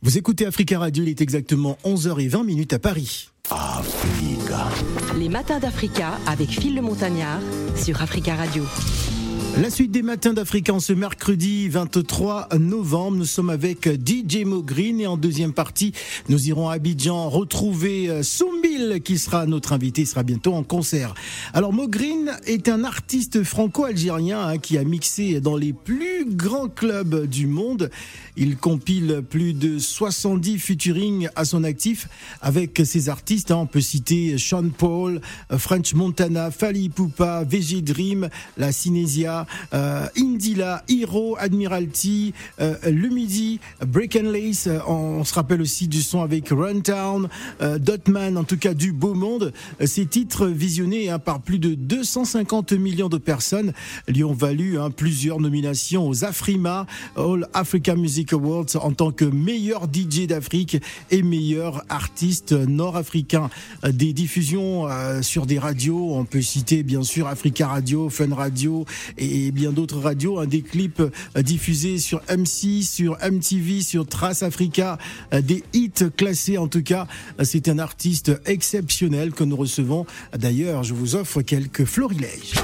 Vous écoutez Africa Radio, il est exactement 11h20 à Paris. Africa. Les matins d'Africa avec Phil le Montagnard sur Africa Radio. La suite des matins d'Africa en ce mercredi 23 novembre. Nous sommes avec DJ Mo Green et en deuxième partie, nous irons à Abidjan retrouver Soumbil qui sera notre invité, il sera bientôt en concert. Alors Mo Green est un artiste franco-algérien qui a mixé dans les plus grands clubs du monde. Il compile plus de 70 featuring à son actif avec ses artistes. On peut citer Sean Paul, French Montana, Fally Ipupa, VG Dream, La Cinesia, Indila, Hiro, Admiralty, Le Midi, Break and Lace. On se rappelle aussi du son avec Runtown, Dotman, en tout cas du beau monde. Ces titres visionnés par plus de 250 millions de personnes lui ont valu plusieurs nominations aux Afrima, All Africa Music Awards en tant que meilleur DJ d'Afrique et meilleur artiste nord-africain. Des diffusions sur des radios, on peut citer bien sûr Africa Radio, Fun Radio et bien d'autres radios, des clips diffusés sur M6, sur MTV, sur Trace Africa, des hits classés en tout cas. C'est un artiste exceptionnel que nous recevons. D'ailleurs, je vous offre quelques florilèges.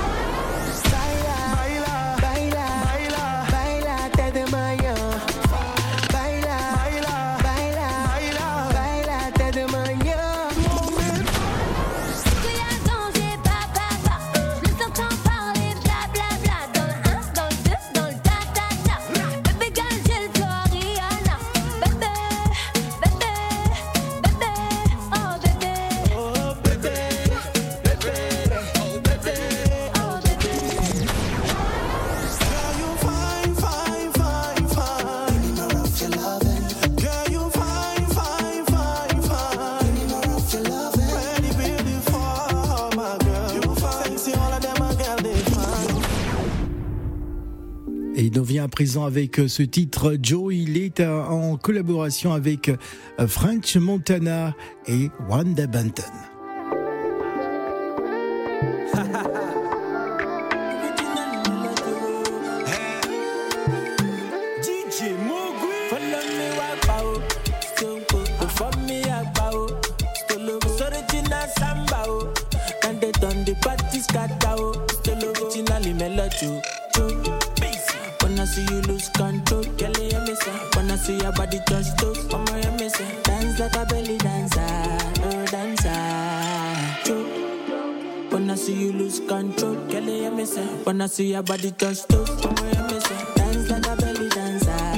Et il nous vient à présent avec ce titre Joe. Il est en collaboration avec French Montana et Wanda Banton. Wanna see you lose control, girl, you hear me say. Wanna see your body touch toes, mama, you hear me say. Dance like a belly dancer, oh dancer. Wanna see you lose control, girl, you hear me say. Wanna see your body touch toes, mama, you hear me say. Dance like a belly dancer,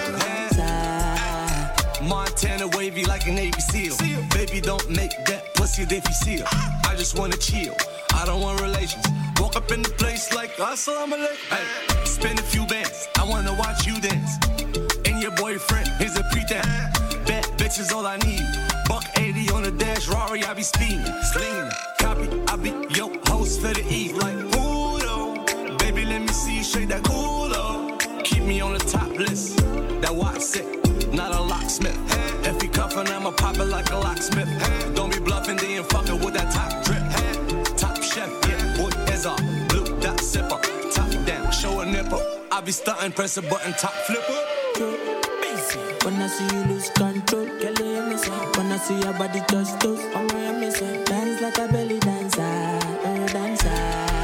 Montana wavy like a Navy SEAL. Baby, don't make that pussy difficile. I just wanna chill, I don't want relations. Walk up in the place like assalamu alaikum. Hey, spend a few bands, I wanna watch you dance. And your boyfriend, here's a pretense. Bad bitches all I need. Buck 80 on the dash, Rari, I be speeding. Slinging, copy, I be yo host for the E. Like, Udo, baby, let me see you shake that culo. Keep me on the top list, that watch set, not a locksmith. If you cuffin', I'ma pop it like a locksmith. Don't be bluffing, then fucking with that top drip. Top chef, yeah, boy, is off. Blue dot sipper, top down, show a nipple. I be stuntin', press a button, top flipper. Wanna see you lose control, girl, you hear me say. Wanna see your body touch toes, mama, you hear me say. Dance like a belly dancer, oh dancer.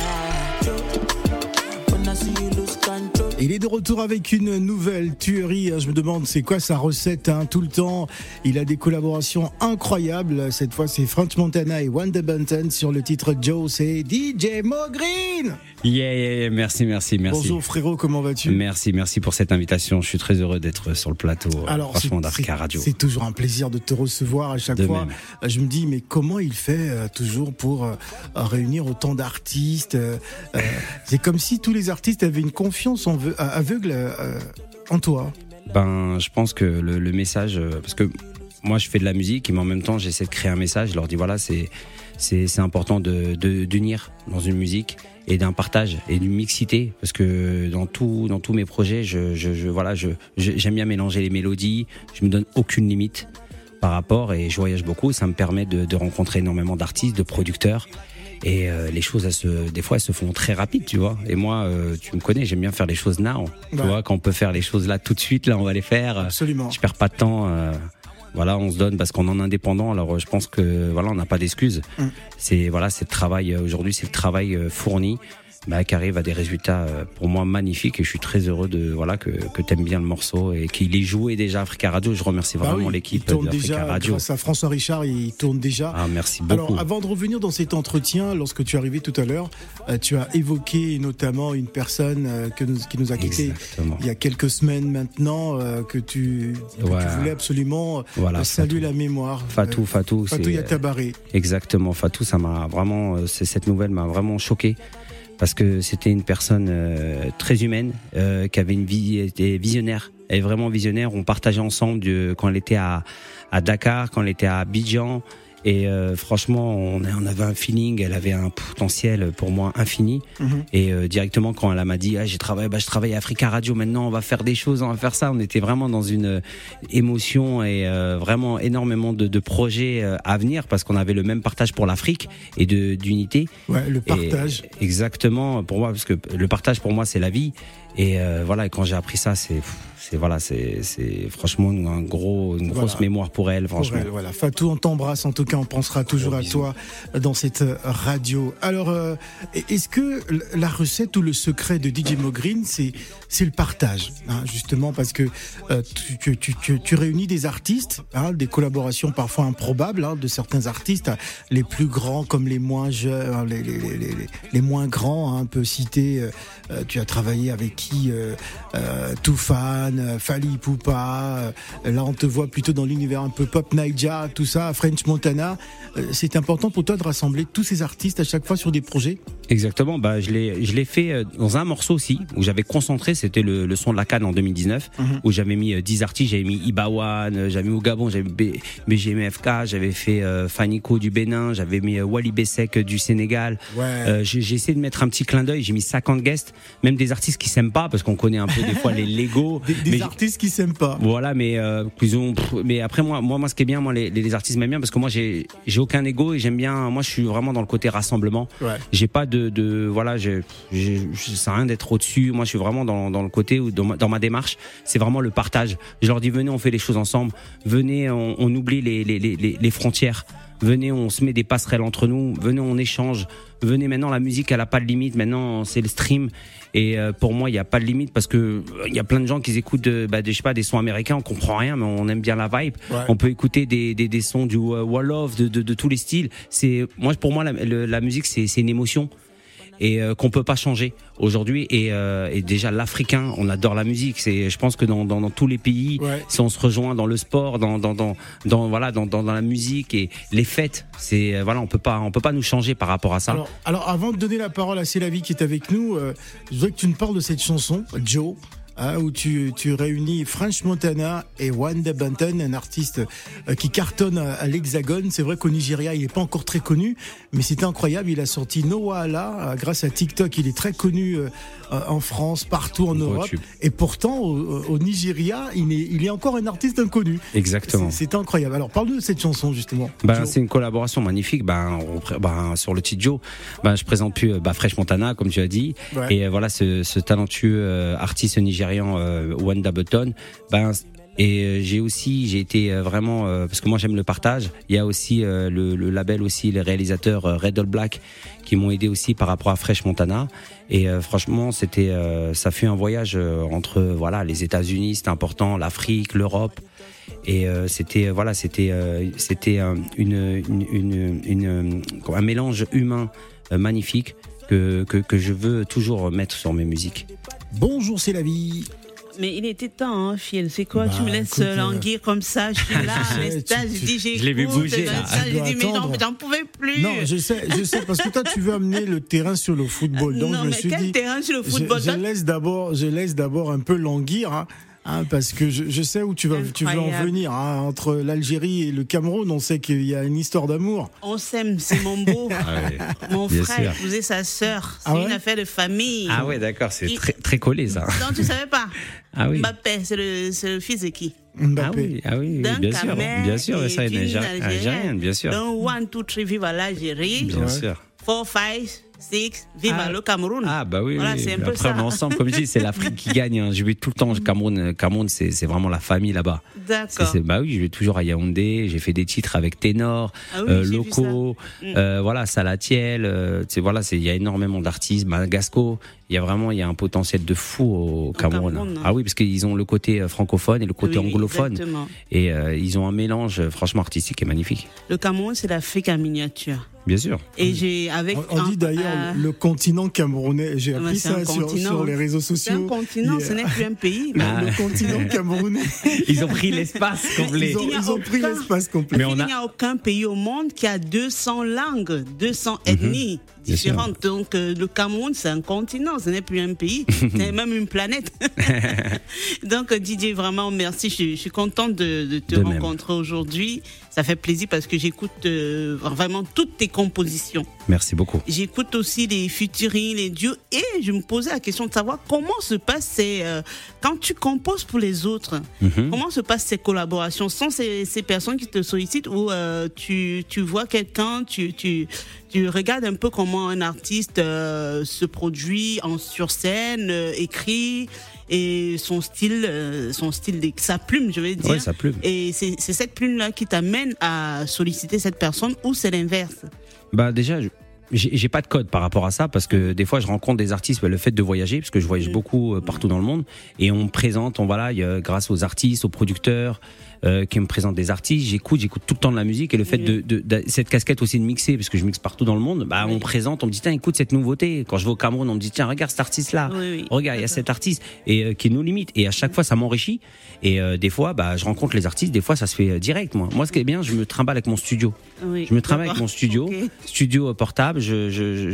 Wanna see you lose control. Il est de retour avec une nouvelle tuerie. Je me demande c'est quoi sa recette tout le temps. Il a des collaborations incroyables. Cette fois c'est French Montana et Wanda Banton sur le titre Joe. C'est DJ Mo Green. Yeah, merci. Bonjour frérot, comment vas-tu? Merci pour cette invitation. Je suis très heureux d'être sur le plateau. Alors, franchement, d'Africa Radio. C'est toujours un plaisir de te recevoir à chaque fois. Même. Je me dis mais comment il fait toujours pour réunir autant d'artistes. C'est comme si tous les artistes avaient une confiance aveugle en toi. Je pense que le message, parce que moi je fais de la musique, mais en même temps j'essaie de créer un message. Je leur dis voilà, c'est important d'unir dans une musique et d'un partage et d'une mixité, parce que dans tous mes projets, j'aime bien mélanger les mélodies. Je me donne aucune limite par rapport, et je voyage beaucoup. Ça me permet de rencontrer énormément d'artistes, de producteurs. Et les choses, des fois, elles se font très rapides, tu vois. Et moi, tu me connais, j'aime bien faire les choses now. Tu vois, quand on peut faire les choses là tout de suite, là, on va les faire. Absolument. Je perds pas de temps. Voilà, on se donne parce qu'on est en indépendant. Alors, je pense que voilà, on n'a pas d'excuses. C'est le travail. Aujourd'hui, c'est le travail fourni. Qui arrive à des résultats pour moi magnifiques, et je suis très heureux que t'aimes bien le morceau et qu'il ait joué déjà Africa Radio. Je remercie vraiment l'équipe d'Africa Radio. Grâce à François Richard, il tourne déjà. Ah, merci beaucoup. Alors, avant de revenir dans cet entretien, lorsque tu es arrivé tout à l'heure, tu as évoqué notamment une personne qui nous a quittés il y a quelques semaines maintenant, que tu voulais absolument saluer la mémoire. Fatou Yatabaré. Exactement, Fatou, ça m'a vraiment, cette nouvelle m'a vraiment choqué. Parce que c'était une personne très humaine, qui avait une vie, était visionnaire. Elle est vraiment visionnaire. On partageait ensemble quand elle était à Dakar, quand elle était à Abidjan. Et franchement, on avait un feeling. Elle avait un potentiel pour moi infini. Et directement quand elle m'a dit, je travaille à Africa Radio maintenant. On va faire des choses, on va faire ça. On était vraiment dans une émotion et vraiment énormément de projets à venir, parce qu'on avait le même partage pour l'Afrique et d'unité. Ouais, le partage. Et exactement pour moi, parce que le partage pour moi c'est la vie. Et et quand j'ai appris ça, c'est franchement une grosse mémoire pour elle, franchement. Voilà, Fatou, on t'embrasse, en tout cas, on pensera toujours à toi dans cette radio. Alors, est-ce que la recette ou le secret de DJ Mo Green, c'est le partage, hein, justement, parce que tu réunis des artistes, hein, des collaborations parfois improbables, hein, de certains artistes, les plus grands comme les moins jeunes, les moins grands, hein, on peut citer, tu as travaillé avec qui, Toufan, Fally Ipupa, là on te voit plutôt dans l'univers un peu pop, Naija, tout ça, French Montana. C'est important pour toi de rassembler tous ces artistes à chaque fois sur des projets? Exactement, je l'ai fait dans un morceau aussi, où j'avais concentré, c'était le son de la Cannes en 2019, où j'avais mis 10 artistes, j'avais mis Ibawan, j'avais mis au Gabon, j'avais mis BGMFK, j'avais fait Faniko du Bénin, j'avais mis Wally Bessek du Sénégal. Ouais. J'ai essayé de mettre un petit clin d'œil, j'ai mis 50 guests, même des artistes qui s'aiment pas, parce qu'on connaît un peu des fois les Lego. Des artistes qui s'aiment pas. Voilà, mais après moi ce qui est bien, les artistes m'aiment bien, parce que moi j'ai aucun ego et j'aime bien, moi je suis vraiment dans le côté rassemblement. Ouais. J'ai pas je sers à rien d'être au-dessus. Moi je suis vraiment dans le côté où dans ma démarche, c'est vraiment le partage. Je leur dis venez, on fait les choses ensemble. Venez, on oublie les frontières. Venez, on se met des passerelles entre nous. Venez, on échange. Venez, maintenant la musique elle a pas de limite. Maintenant c'est le stream. Et pour moi il y a pas de limite, parce que il y a plein de gens qui écoutent des sons américains, on comprend rien mais on aime bien la vibe. Ouais. On peut écouter des sons du Wall of, de tous les styles. Pour moi la musique c'est une émotion. Et qu'on peut pas changer aujourd'hui, et déjà l'Africain, on adore la musique. Je pense que dans tous les pays, si on se rejoint dans le sport, dans la musique et les fêtes, on peut pas nous changer par rapport à ça. Alors avant de donner la parole à Célavi qui est avec nous, je voudrais que tu nous parles de cette chanson Joe. Où tu réunis French Montana et Wanda Banton, un artiste qui cartonne à l'Hexagone. C'est vrai qu'au Nigeria, il n'est pas encore très connu, mais c'était incroyable. Il a sorti No Wahala grâce à TikTok. Il est très connu en France, partout en Europe. Et pourtant, au Nigeria, il est encore un artiste inconnu. Exactement. C'est incroyable. Alors, parle-nous de cette chanson, justement. C'est une collaboration magnifique. Sur le titre Joe, je présente plus French Montana, comme tu as dit. Ouais. Et voilà, ce talentueux artiste nigérien, Wanda Banton. Et j'ai été vraiment, parce que moi j'aime le partage. Il y a aussi le label, aussi les réalisateurs Red All Black qui m'ont aidé aussi par rapport à French Montana. Et franchement, ça fut un voyage entre les États-Unis, c'était important, l'Afrique, l'Europe. Et c'était un mélange humain magnifique que je veux toujours mettre sur mes musiques. Bonjour, c'est la vie. Mais il était temps, hein, Phil. C'est quoi? Tu me laisses languir comme ça? Je suis là, je l'ai vu bouger. J'ai dit, mais j'en pouvais plus. Non, je sais, parce que toi, tu veux amener le terrain sur le football. Donc, non, mais quel terrain sur le football? Je laisse d'abord un peu languir, hein. Parce que je sais où tu veux en venir, hein. Entre l'Algérie et le Cameroun, on sait qu'il y a une histoire d'amour. On s'aime, c'est mon beau. Mon frère épousait sa sœur. C'est une affaire de famille. Ah ouais, d'accord, c'est très, très collé ça. Non, tu savais pas? Ah oui. Mbappé, c'est le fils de qui? Mbappé. Ah oui, bien sûr, ça est algérienne, bien sûr. Donc, 1, 2, 3, vive à l'Algérie. Bien sûr. 4, 5, 6, vive le Cameroun. Ah bah oui, voilà, oui. C'est un peu après, ça. On est ensemble, comme je dis, c'est l'Afrique qui gagne. Hein. Je vais tout le temps au Cameroun. Cameroun, c'est vraiment la famille là-bas. D'accord. Bah oui, je vais toujours à Yaoundé. J'ai fait des titres avec Ténor, Loco, voilà, Salatiel. Voilà, il y a énormément d'artistes. Madagasco. Il y a un potentiel de fou au Cameroun. Ah oui, parce qu'ils ont le côté francophone et le côté anglophone. Exactement. Et ils ont un mélange franchement artistique qui est magnifique. Le Cameroun, c'est l'Afrique en miniature. Bien sûr. Et on dit d'ailleurs le continent camerounais. J'ai appris ça sur les réseaux sociaux. C'est un continent, ce n'est plus un pays. Le continent camerounais. Ils ont pris l'espace complet. Ils ont pris l'espace complet. Mais il n'y a aucun pays au monde qui a 200 langues, 200 ethnies différentes. Donc le Cameroun, c'est un continent, ce n'est plus un pays, c'est même une planète. Donc Didier, vraiment merci. Je suis contente de te rencontrer aujourd'hui. Ça fait plaisir parce que j'écoute vraiment toutes tes compositions. Merci beaucoup. J'écoute aussi les featuring, les duos, et je me posais la question de savoir comment se passe quand tu composes pour les autres. Comment se passent ces collaborations? Sont ces personnes qui te sollicitent ou tu vois quelqu'un, tu regardes un peu comment un artiste se produit sur scène, écrit, et son style, sa plume, je vais dire. Ouais, sa plume. Et c'est cette plume-là qui t'amène à solliciter cette personne, ou c'est l'inverse? Bah déjà, j'ai pas de code par rapport à ça, parce que des fois je rencontre des artistes, le fait de voyager, parce que je voyage beaucoup partout dans le monde, et on me présente, grâce aux artistes, aux producteurs qui me présentent des artistes, j'écoute tout le temps de la musique, et le fait de cette casquette aussi de mixer, parce que je mixe partout dans le monde, on me présente, on me dit tiens, écoute cette nouveauté. Quand je vais au Cameroun, on me dit tiens, regarde cet artiste là, regarde, il y a cet artiste, et qui nous limite, et à chaque fois ça m'enrichit, et des fois je rencontre les artistes, des fois ça se fait direct. Moi ce qui est bien, je me trimballe avec mon studio. Je me trimballe avec mon studio, studio portable. Je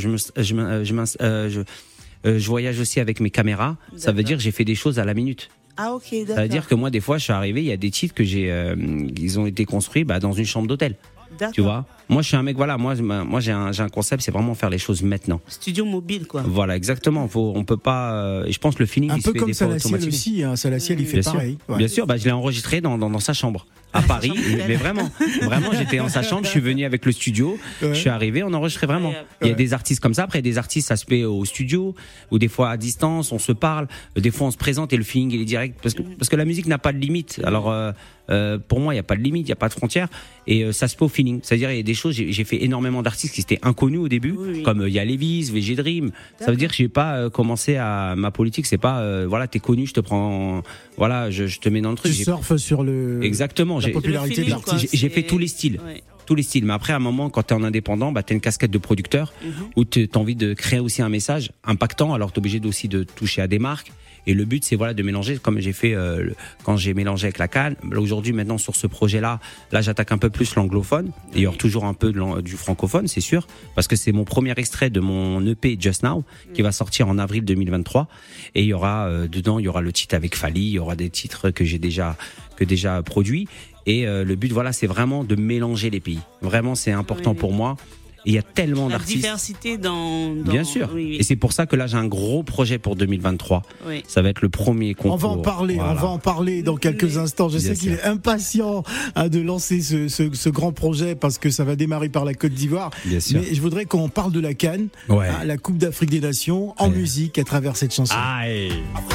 voyage aussi avec mes caméras. Ça veut dire que j'ai fait des choses à la minute. Ah ok, d'accord. Ça veut dire que moi des fois je suis arrivé, il y a des titres que ils ont été construits dans une chambre d'hôtel. D'accord. Tu vois, moi je suis un mec, moi j'ai un concept, c'est vraiment faire les choses maintenant. Studio mobile quoi. Voilà, exactement. On peut pas. Je pense que le feeling un il peu se fait comme des fois Salatiel automatiquement. aussi. Salatiel il fait pareil. Bien sûr, je l'ai enregistré dans sa chambre à Paris. Mais vraiment, j'étais dans sa chambre. Je suis venu avec le studio. Je suis arrivé, on enregistrait vraiment. Il y a des artistes comme ça. Après, des artistes, ça se fait au studio ou des fois à distance. On se parle. Des fois, on se présente et le feeling il est direct parce que la musique n'a pas de limite. Alors pour moi, il y a pas de limite, il y a pas de frontière, et ça se fait au feeling. C'est-à-dire, il y a des choses. J'ai fait énormément d'artistes qui étaient inconnus au début, comme Yalevis, VG Dream. Ça veut dire que j'ai pas commencé à ma politique. C'est pas t'es connu, je te prends, je te mets dans le truc. Tu surfes sur exactement. La popularité de l'artiste. J'ai fait tous les styles. Tous les styles, mais après à un moment quand t'es en indépendant, t'as une casquette de producteur où t'as envie de créer aussi un message impactant, alors t'es obligé aussi de toucher à des marques, et le but c'est de mélanger comme j'ai fait quand j'ai mélangé avec la CAN. Aujourd'hui maintenant sur ce projet là j'attaque un peu plus l'anglophone, et il y aura toujours un peu du francophone, c'est sûr, parce que c'est mon premier extrait de mon EP Just Now qui va sortir en avril 2023, et il y aura dedans il y aura le titre avec Fally, il y aura des titres que j'ai déjà produits. Et le but, c'est vraiment de mélanger les pays. Vraiment, c'est important pour moi. Et il y a tellement d'artistes. La diversité dans... Bien sûr. Et c'est pour ça que là, j'ai un gros projet pour 2023. Ça va être le premier concours. On va en parler dans quelques instants. Je sais qu'il est impatient de lancer ce grand projet parce que ça va démarrer par la Côte d'Ivoire. Bien sûr. Mais je voudrais qu'on parle de la CAN, la Coupe d'Afrique des Nations, en musique à travers cette chanson. Aïe.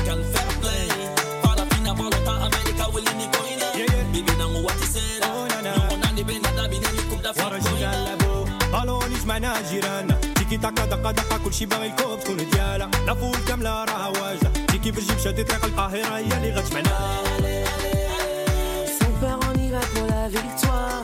جيراننا تيكي تاكا دقا دقا كلشي باغي الكوب تكون ديالها لا فول كامله راه واجده تيكي بالجيب شادي طريق القاهره هي اللي غتجمعنا Son père en Irak pour la victoire.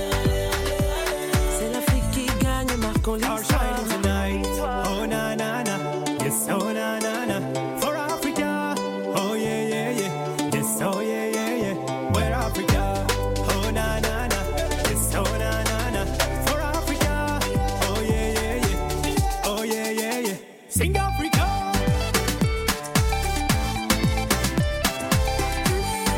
C'est l'Afrique qui gagne, marquons l'histoire. Oh na na na, yes oh na na na, for Africa. Oh yeah yeah yeah, yes oh yeah yeah yeah, we're Africa. Oh na na na, yes oh na na na, for Africa. Oh yeah yeah yeah, oh yeah yeah yeah, sing Africa.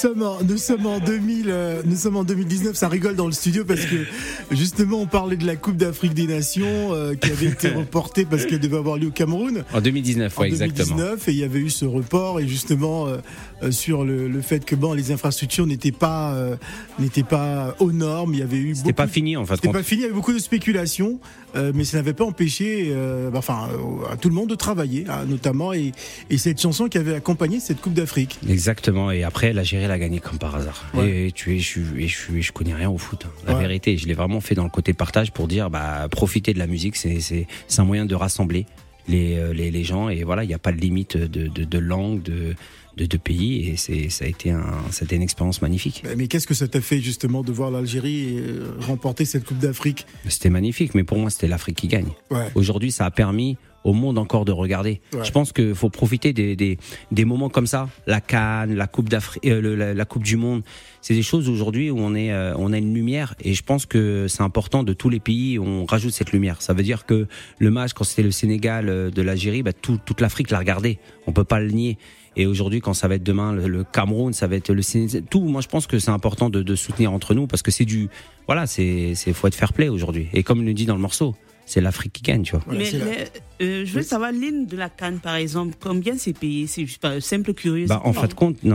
sommes en 2019, ça rigole dans le studio parce que justement on parlait de la Coupe d'Afrique des Nations qui avait été reportée parce qu'elle devait avoir lieu au Cameroun. En 2019, ouais, exactement. 2019, et il y avait eu ce report et justement sur le fait que les infrastructures n'étaient pas aux normes, il y avait eu C'était pas fini en fait. C'était pas fini, il y avait beaucoup de spéculations, mais ça n'avait pas empêché à tout le monde de travailler, hein, notamment et cette chanson qui avait accompagné cette Coupe d'Afrique. Exactement, et après l'Algérie l'a gagné comme par hasard. Ouais. Et je connais rien au foot, hein. La vérité, je l'ai vraiment fait dans le côté partage pour dire profiter de la musique, c'est un moyen de rassembler les gens, et voilà, il n'y a pas de limite de langue, de pays, et c'était une expérience magnifique. Mais qu'est-ce que ça t'a fait justement de voir l'Algérie remporter cette Coupe d'Afrique? C'était magnifique, mais pour moi c'était l'Afrique qui gagne. Ouais. Aujourd'hui, ça a permis au monde encore de regarder. Ouais. Je pense qu'il faut profiter des moments comme ça, la CAN, la Coupe d'Afrique, la Coupe du Monde. C'est des choses aujourd'hui où on a une lumière, et je pense que c'est important de tous les pays, on rajoute cette lumière. Ça veut dire que le match, quand c'était le Sénégal de l'Algérie, toute l'Afrique l'a regardé. On peut pas le nier. Et aujourd'hui, quand ça va être demain le Cameroun, ça va être le Sénégal, tout. Moi, je pense que c'est important de soutenir entre nous, parce que faut être fair play aujourd'hui. Et comme il nous dit dans le morceau, c'est l'Afrique qui gagne, tu vois. Mais je veux savoir, l'hymne de la CAN, par exemple, combien c'est payé? C'est juste pas simple curieux. En fait,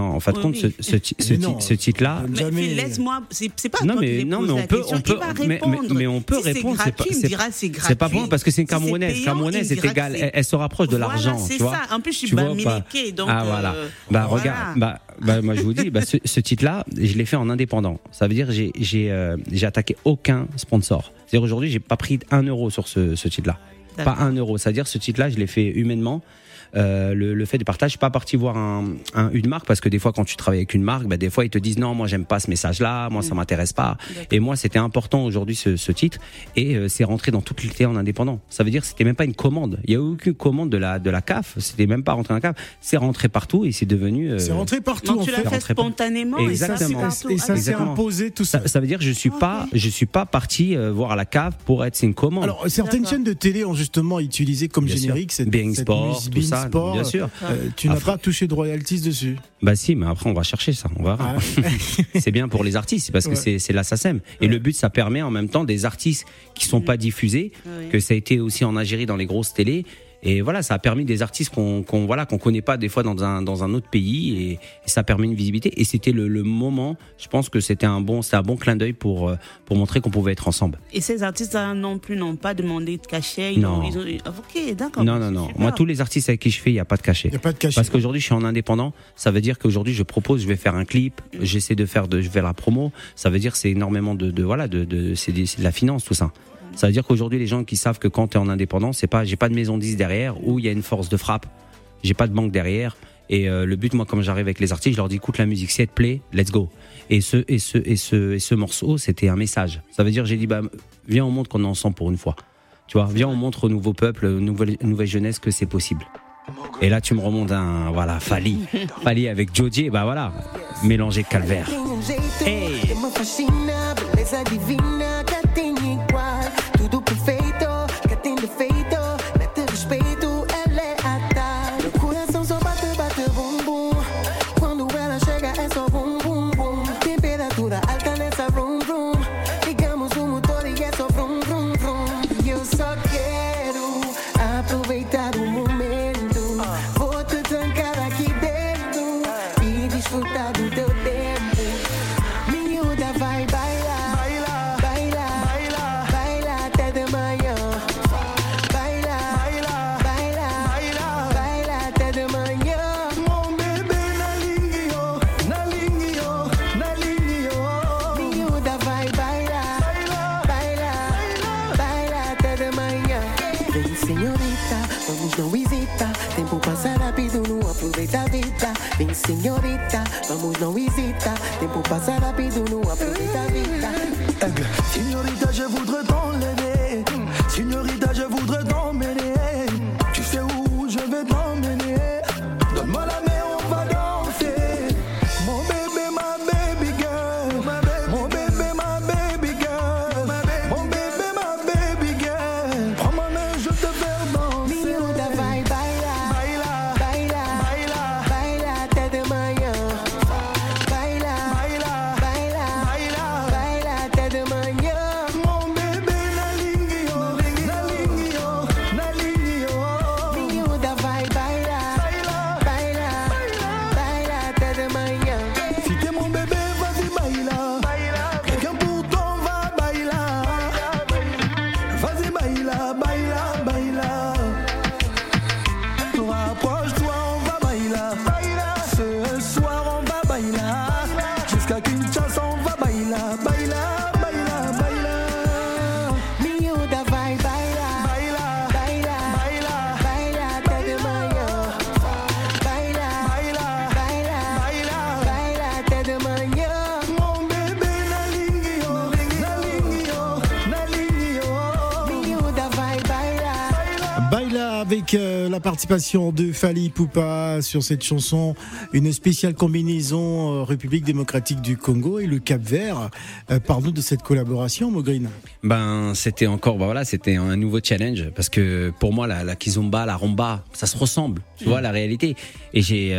ce titre-là. Mais laisse-moi, c'est pas. Non, mais on peut répondre. C'est pas bon parce que c'est une Camerounaise. Camerounaise, c'est égal. Elle se rapproche de l'argent, tu vois. C'est ça. En plus, je suis bamileke, donc. Ah voilà. Regarde. Moi, je vous dis, ce titre-là, je l'ai fait en indépendant. Ça veut dire j'ai attaqué aucun sponsor. C'est-à-dire aujourd'hui, j'ai pas pris 1 euro sur ce titre-là. D'accord. Pas 1 euro. C'est-à-dire ce titre-là, je l'ai fait humainement. Le fait de partage, je suis pas parti voir une marque, parce que des fois quand tu travailles avec une marque, des fois ils te disent non, moi j'aime pas ce message-là, moi ça m'intéresse pas. D'accord. Et moi c'était important aujourd'hui ce titre, et c'est rentré dans toute l'unité en indépendant. Ça veut dire que c'était même pas une commande. Il y a aucune commande de la CAF. C'était même pas rentré dans la CAF. C'est rentré partout et c'est devenu. C'est rentré partout. Donc tu l'as fait spontanément. Exactement. Et ça s'est imposé tout ça. Ça veut dire que je suis pas parti voir la CAF pour être. C'est une commande. Alors certaines chaînes de télé ont justement utilisé comme générique cette Sport, tout ça. Sport, bien sûr. Tu n'as pas touché de royalties dessus? Si, mais après on va chercher ça, on verra. C'est bien pour les artistes, parce que c'est la SACEM. Et le but, ça permet en même temps des artistes qui sont pas diffusés, que ça a été aussi en Algérie dans les grosses télés. Et voilà, ça a permis des artistes qu'on connaît pas des fois dans un autre pays, et ça permet une visibilité. Et c'était le moment, je pense que c'était un bon clin d'œil pour montrer qu'on pouvait être ensemble. Et ces artistes-là n'ont pas demandé de cachet. Ok, d'accord. Non. Moi, tous les artistes avec qui je fais, il n'y a pas de cachet. Il y a pas de cachet. Parce qu'aujourd'hui, je suis en indépendant. Ça veut dire qu'aujourd'hui, je vais faire un clip. J'essaie de faire la promo. Ça veut dire que c'est énormément c'est de la finance, tout ça. Ça veut dire qu'aujourd'hui, les gens qui savent que quand tu es en indépendant, j'ai pas de maison 10 derrière où il y a une force de frappe. J'ai pas de banque derrière. Et le but, moi, comme j'arrive avec les artistes, je leur dis, écoute la musique, si elle te plaît, let's go. Et ce morceau, c'était un message. Ça veut dire, j'ai dit, viens, on montre qu'on est ensemble pour une fois. Tu vois, viens, on montre au nouveau peuple, aux nouvelle jeunesse que c'est possible. Et là, tu me remontes Fali avec Jodie, mélanger calvaire. Hey. Tudo perfeito, que tem defeito, não te respeito, ela é a tal. Meu coração só bate, bum bum. Quando ela chega é só bum bum bum. Temperatura alta nessa vroom vroom. Ligamos o motor e é só vroom vroom vroom. E eu só quero aproveitar o momento. Vou te trancar aqui dentro e desfrutar do teu tempo. Miúda vai bailar. Vem, senhorita, vamos não hesita. Tempo passa rápido, não aproveita a vida. Signorita, je voudrais t'enlever. Signorita, je voudrais t'emmener. Tu sais où je vais t'emmener. Donne-moi la main, on va danser. Mon bébé, ma baby girl. Mon bébé, ma baby girl. Mon bébé, ma baby girl. Prends ma main, je te fais danser. Miúda vai bailar. Baila, baila, baila até de manhã. Baila, avec la participation de Fally Ipupa sur cette chanson, une spéciale combinaison République démocratique du Congo et le Cap-Vert. Parle-nous de cette collaboration, Mogreen. Ben, c'était encore, c'était un nouveau challenge parce que pour moi, la kizomba, la rumba, ça se ressemble, tu vois, la réalité. Et j'ai,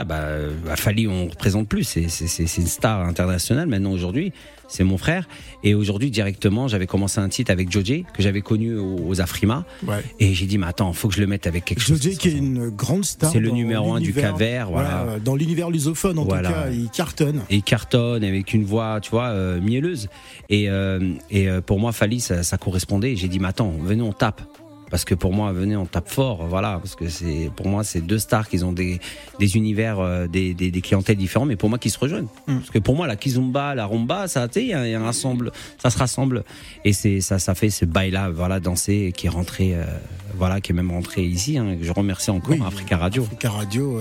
Fally, on représente plus, c'est une star internationale maintenant aujourd'hui. C'est mon frère. Et aujourd'hui, directement, j'avais commencé un titre avec Jojé, que j'avais connu aux Afrima. Ouais. Et j'ai dit, mais attends, faut que je le mette avec quelque chose. Jojé, qui est une grande star. C'est le numéro 1 du Cap-Vert. Voilà. Dans l'univers lusophone, en tout cas, il cartonne. Et il cartonne avec une voix, tu vois, mielleuse. Et pour moi, Fally, ça correspondait. Et j'ai dit, mais attends, venez, on tape. Parce que pour moi, venez, on tape fort, voilà. Parce que pour moi, c'est deux stars qui ont des univers, des clientèles différents, mais pour moi, qui se rejoignent. Parce que pour moi, la kizomba, la rumba, ça, tu sais, il y a un rassemble, ça se rassemble. Et ça fait ce bail-là, voilà, danser, qui est rentré, qui est même rentré ici, hein. Je remercie encore Africa Radio. Africa Radio,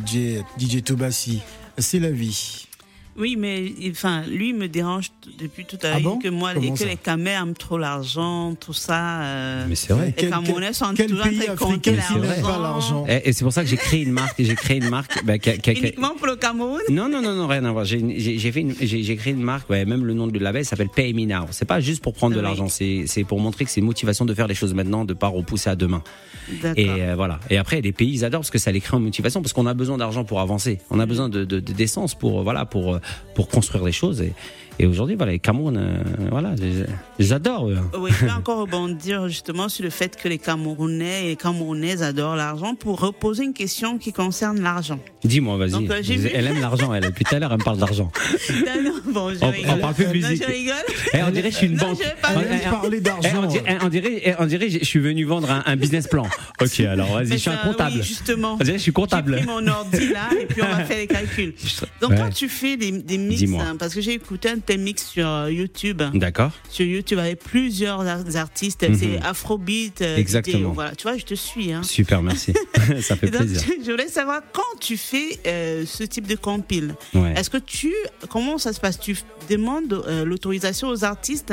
DJ Tobassi, c'est la vie. Oui, mais lui me dérange depuis tout à l'heure que moi, que les Camerounais aiment trop l'argent, tout ça. Mais c'est vrai. Les Camerounais sont quel toujours pays africain qui n'aime pas l'argent? Et c'est pour ça que j'ai créé une marque. Uniquement pour le Cameroun? Non, rien à voir. J'ai créé une marque, même le nom du label s'appelle Pay Me Now. C'est pas juste pour prendre de l'argent, c'est pour montrer que c'est une motivation de faire les choses maintenant, de pas repousser à demain. D'accord. Et voilà. Et après, les pays, ils adorent parce que ça les crée en motivation, parce qu'on a besoin d'argent pour avancer. On a besoin d'essence pour construire les choses. Et aujourd'hui, les Cameroun, je les adore. Oui, je vais encore rebondir justement sur le fait que les Camerounais et les Camerounaises adorent l'argent pour reposer une question qui concerne l'argent. Dis-moi, vas-y. Donc, elle aime l'argent, elle. Depuis tout à l'heure, elle me parle d'argent. Bon, je rigole. On parle plus de musique. Non, je rigole. On dirait que je suis une banque. Parler d'argent. On dirait je suis venu vendre un business plan. Ok, alors vas-y, je suis un comptable. Oui, justement. On dirait je suis comptable. J'ai pris mon ordi là et puis on va faire les calculs. Donc quand tu fais des mix, parce que j'ai écouté un tes mix sur YouTube. D'accord. Sur YouTube avec plusieurs artistes, c'est Afrobeat. Exactement. Voilà, tu vois, je te suis. Hein. Super, merci. Ça fait plaisir. Je voulais savoir quand tu fais ce type de compile. Est-ce que comment ça se passe? Tu demandes l'autorisation aux artistes.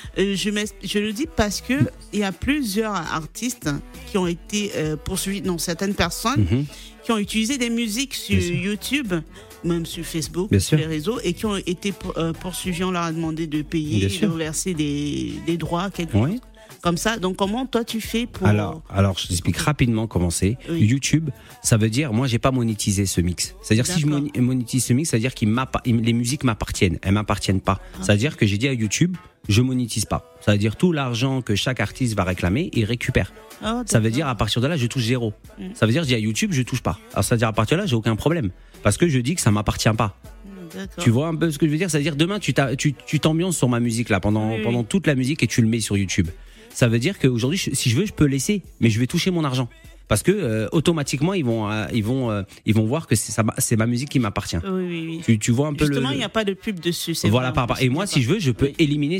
Je le dis parce que il y a plusieurs artistes qui ont été poursuivis, certaines personnes qui ont utilisé des musiques sur YouTube, même sur Facebook, sur les réseaux, et qui ont été poursuivis. On leur a demandé de payer, de verser des droits, quelque chose comme ça. Donc, comment toi tu fais pour... Alors, je t'explique rapidement comment c'est. YouTube, ça veut dire, moi, j'ai pas monétisé ce mix. C'est-à-dire, si je monétise ce mix, ça veut dire que les musiques m'appartiennent. Elles m'appartiennent pas. Ça veut dire que j'ai dit à YouTube, je monétise pas. Ça veut dire tout l'argent que chaque artiste va réclamer, il récupère. Ça veut dire à partir de là, je touche zéro. Ça veut dire, je dis à YouTube, je touche pas. Alors, ça veut dire à partir de là, j'ai aucun problème. Parce que je dis que ça m'appartient pas. Tu vois un peu ce que je veux dire? Ça veut dire, demain, tu t'ambiances sur ma musique là, pendant toute la musique et tu le mets sur YouTube. Ça veut dire qu'aujourd'hui, si je veux, je peux laisser, mais je vais toucher mon argent. Parce que automatiquement ils vont voir que c'est ma musique qui m'appartient. Oui. Tu vois un peu justement il n'y a pas de pub dessus. Voilà et moi si je veux je peux éliminer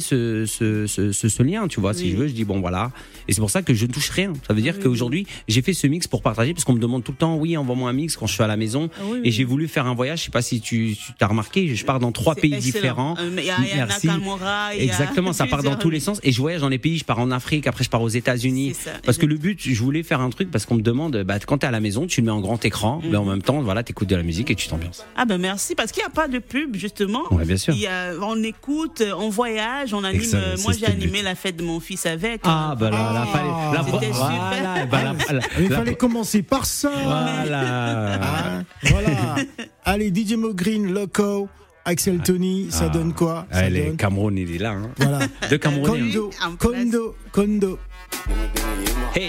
ce lien, tu vois. Si je veux je dis bon voilà, et c'est pour ça que je ne touche rien. Ça veut dire qu'aujourd'hui j'ai fait ce mix pour partager, parce qu'on me demande tout le temps envoie-moi un mix quand je suis à la maison. Et j'ai voulu faire un voyage. Je sais pas si tu t'as remarqué, je pars dans 3 pays différents. Merci. Exactement, ça part dans tous les sens et je voyage dans les pays. Je pars en Afrique, après je pars aux États-Unis, parce que le but, je voulais faire un truc, parce qu'on me demande, quand t'es à la maison, tu le mets en grand écran, mais en même temps, t'écoutes de la musique et tu t'ambiances. Ah merci, parce qu'il n'y a pas de pub, justement. Ouais, bien sûr. On écoute, on voyage, on anime. Moi, j'ai animé la fête de mon fils avec. Il fallait commencer par ça. Voilà. Allez, DJ Mogreen, Loco, Axel Tony, ça donne quoi? Les Cameroun, il est là. Hein. Voilà. De Cameroun. Kondo. Hey.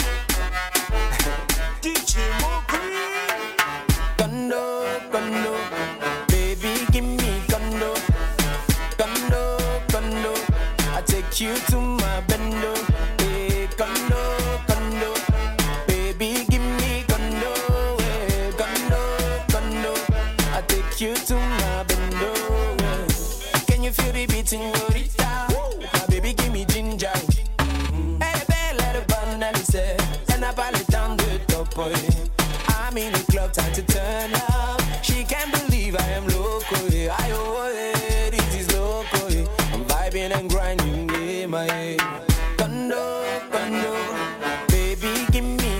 You to my bendo, hey, condo, baby, give me condo, hey, condo, I take you to my bendo, hey. Can you feel the beat in your rita? My baby, give me ginger. Hey, let it burn, and I parle down the top, boy. I'm in the club, time to turn up. She can't believe I am loco, yeah. This is loco, yeah. I'm vibing and grinding. Condo, baby, give me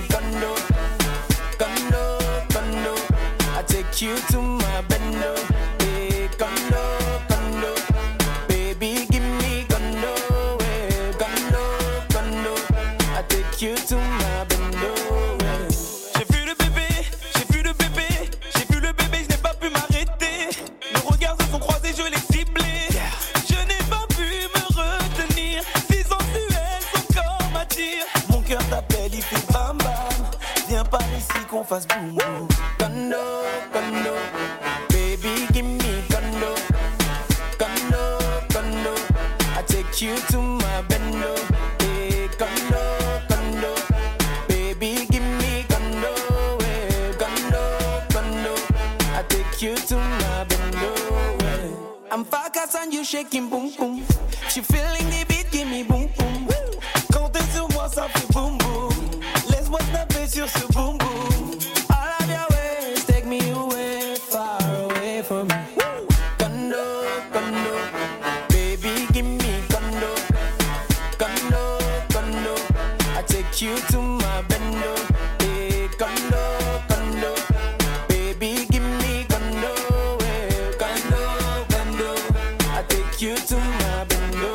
fast boom boom. Condo, condo, baby give me condo, condo, condo. I take you to my bendo, hey, condo, condo, baby give me condo, hey, condo, condo. I take you to my bendo, hey. I'm focused on you shaking boom boom. She feeling the beat, give me boom boom. Comptez sur moi, ça fait boom boom. Laisse-moi snapper sur ce boom boom. All of your ways, take me away, far away from me. Condo, condo, baby, give me condo, condo, condo. I take you to my bendo, hey, condo, condo, baby, give me condo, hey, condo, condo. I take you to my bendo,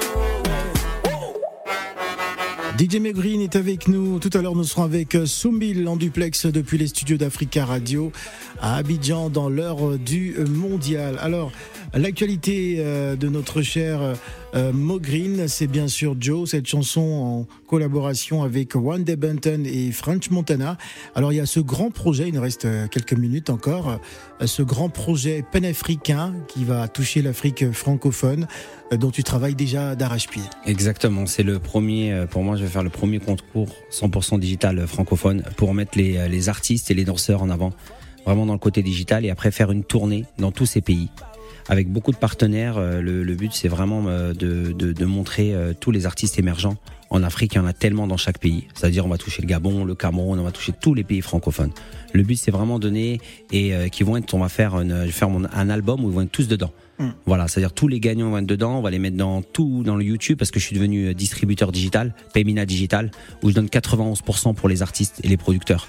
DJ Green est avec nous. Tout à l'heure, nous serons avec Soumbil en duplex depuis les studios d'Africa Radio à Abidjan dans l'heure du mondial. Alors, l'actualité de notre cher Mo Green, c'est bien sûr Joe, cette chanson en collaboration avec Wanda Banton et French Montana. Alors, il y a ce grand projet, il nous reste quelques minutes encore, ce grand projet panafricain qui va toucher l'Afrique francophone, dont tu travailles déjà d'arrache-pied. Exactement, c'est le premier, pour moi je vais faire le premier concours 100% digital francophone pour mettre les artistes et les danseurs en avant, vraiment dans le côté digital, et après faire une tournée dans tous ces pays. Avec beaucoup de partenaires, le but c'est vraiment de montrer tous les artistes émergents. En Afrique, il y en a tellement dans chaque pays. C'est-à-dire on va toucher le Gabon, le Cameroun, on va toucher tous les pays francophones. Le but c'est vraiment donner et on va faire un album où ils vont être tous dedans. Voilà, c'est-à-dire tous les gagnants vont être dedans, on va les mettre dans le YouTube parce que je suis devenu distributeur digital, Paymina Digital, où je donne 91% pour les artistes et les producteurs.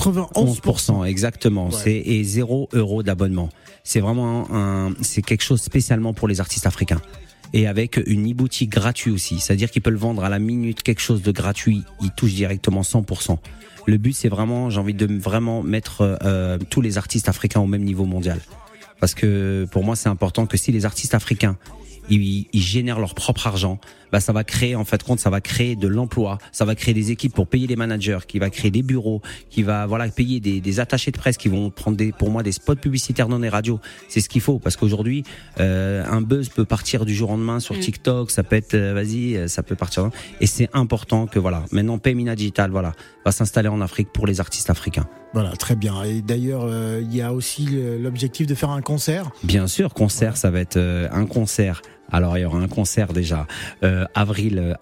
91%, exactement. Ouais. Et 0 € d'abonnement. C'est vraiment c'est quelque chose spécialement pour les artistes africains. Et avec une e-boutique gratuite aussi, c'est-à-dire qu'ils peuvent vendre à la minute quelque chose de gratuit, ils touchent directement 100%. Le but c'est vraiment, j'ai envie de vraiment mettre tous les artistes africains au même niveau mondial. Parce que pour moi c'est important que si les artistes africains ils génèrent leur propre argent, bah ça va créer, en fait compte, ça va créer de l'emploi, ça va créer des équipes pour payer les managers, qui va créer des bureaux, qui va payer des attachés de presse qui vont prendre pour moi des spots publicitaires dans les radios. C'est ce qu'il faut, parce qu'aujourd'hui un buzz peut partir du jour au lendemain sur TikTok, ça peut être ça peut partir, et c'est important que maintenant Paymina Digital va s'installer en Afrique pour les artistes africains. Voilà, très bien. Et d'ailleurs, il y a aussi l'objectif de faire un concert. Bien sûr, ça va être un concert. Alors, il y aura un concert déjà avril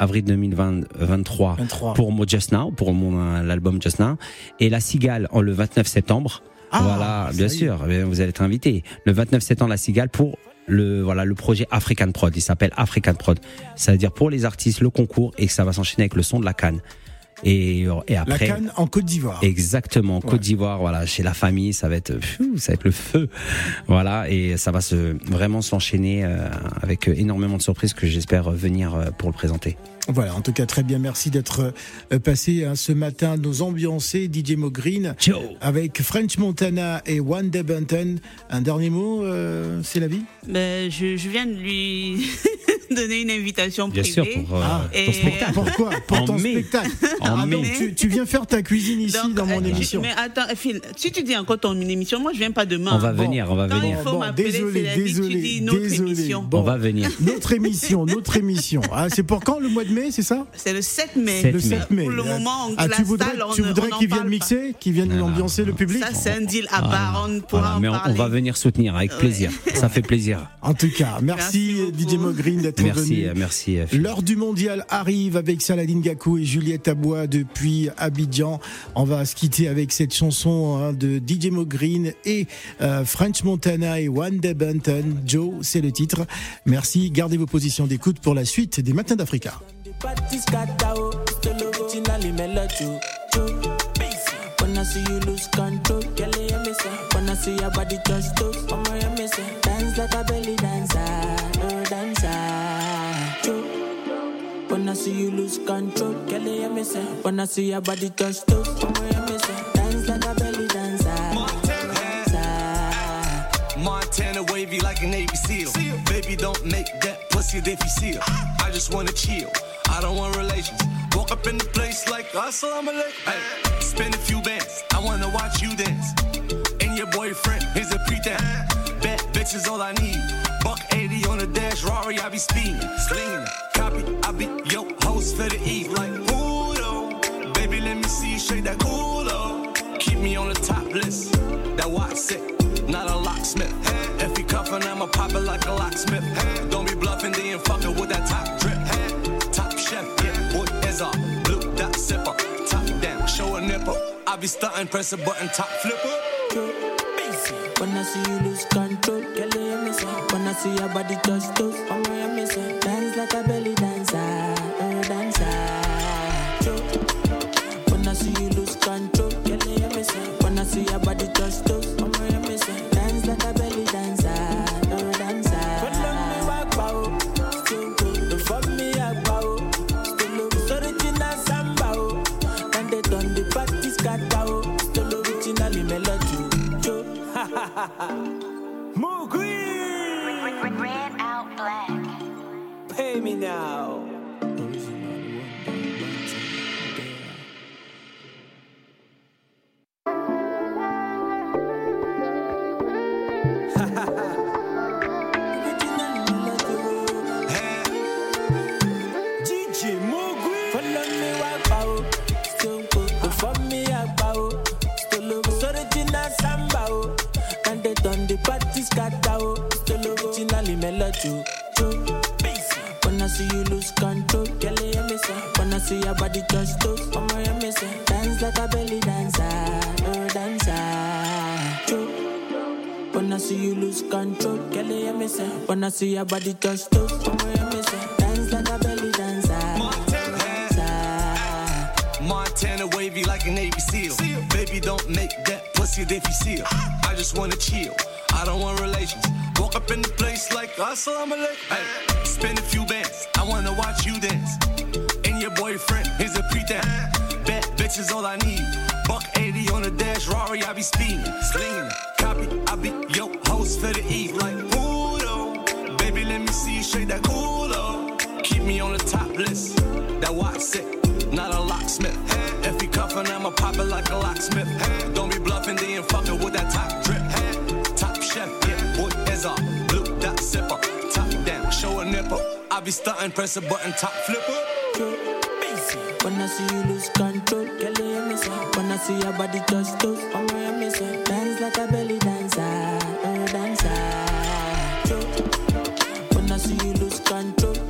2023 pour mon Just Now, pour l'album Just Now, et La Cigale le 29 septembre. Voilà, bien sûr, vous allez être invités. Le 29 septembre, La Cigale pour le projet African Prod. Il s'appelle African Prod. Ça veut dire pour les artistes le concours, et que ça va s'enchaîner avec le son de la Cannes. Et après, la Cannes en Côte d'Ivoire. Exactement, Côte d'Ivoire, chez la famille, ça va être le feu. Voilà, et ça va vraiment s'enchaîner avec énormément de surprises que j'espère venir pour le présenter. Voilà, en tout cas, très bien. Merci d'être passé ce matin, nous ambiancer, DJ Mo Green, avec French Montana et Wanda Banton. Un dernier mot, c'est la vie? Je viens de lui donner une invitation privée. Bien sûr, pour ton spectacle. Pourquoi? Pour ton spectacle. Donc, tu viens faire ta cuisine ici dans mon émission. Mais attends, Phil, si tu dis encore ton émission, moi je viens pas demain. On va venir. Il faut m'appeler, désolé. On va venir. Notre émission. C'est pour quand, le mois de mai, c'est ça? C'est le 7 mai. Le 7 mai. Pour le moment, tu voudrais qu'ils viennent mixer, qu'ils viennent ambiancer le public? Ça, c'est un deal à part. On pourra en parler. On va venir soutenir avec plaisir. Ça fait plaisir. En tout cas, merci DJ Mo Green d'être venu. Merci. L'heure du mondial arrive avec Saladin Gakou et Juliette Aboua depuis Abidjan. On va se quitter avec cette chanson de DJ Mo Green et French Montana et Wanda Banton. Joe, c'est le titre. Merci. Gardez vos positions d'écoute pour la suite des Matins d'Africa. When I see you lose control, girl, you miss it. When I see your body touch toes, mama, you miss it. Dance like a belly dancer, oh dancer. When I see you lose control, girl, you miss it. When I see your body touch toes, mama, you miss it. Dance like a belly dancer. Montana wavy like a Navy SEAL. Baby, don't make that pussy difficile. I just wanna chill. I don't want relations. Walk up in the place like assalamu alaikum. Hey, spend a few bands. I wanna watch you dance. And your boyfriend, he's a pretense. Bad bitches all I need. Buck 80 on the dash, Rari, I be speeding. Slinging, copy, I be yo host for the eve. Like Udo, baby, let me see you shake that culo. Keep me on the top list. That watch sick, not a locksmith. If you cuffin', I'ma pop it like a locksmith. Don't be bluffing, then fuckin' with that top drip. Top chef, yeah, wood is off. Blue dot sipper, top down, show a nipple. I be stuntin', press a button, top flipper. When I see you lose control, girl, you miss it. When I see your body touch toes, I'm gonna miss it. Dance like a belly dancer, dancer. When I see you lose control, girl, you miss it. When I see your body touch toes, I'm gonna miss it. Dance like a belly dancer, dancer. But let me walk out, still good. For me, I bow, still look so original samba. And they done the party scatter, still originally melody. Mugri! Red out black. Pay me now. DJ Mugri. Follow me, walk out. Still good. For me, I bow. Still look so original samba. And they done the party scatter. Still originally melody. When I see you lose control, girl, you miss it. When I see your body touch toes, I'm gonna miss it. Dance like a belly dancer, dancer. When I see you lose control, girl, you miss it. When I see your body touch toes, I'm gonna miss it. Dance like a belly dancer, Montana wavy like a Navy SEAL. Baby, don't make that pussy difficile. I just wanna chill. I don't want relations. Walk up in the place like assalamu alaikum. Hey, spend a few bands. I wanna watch you dance. And your boyfriend, he's a pretense. Bad bitches all I need. Buck 80 on the dash, Rari, I be speeding. Slinging, copy, I be yo host for the eve. Like Udo, baby, let me see you shake that culo. Keep me on the top list. That watch sick, not a locksmith. If you cuffin', I'ma pop it like a locksmith. Don't be bluffing, then fuckin' with that top drip. Top chef, yeah, wood is off. Blue dot sipper, top down, show a nipple. I be stuntin', press a button, top flipper. When I see you lose control, girl, you miss it. When I see your body touch toes, I'm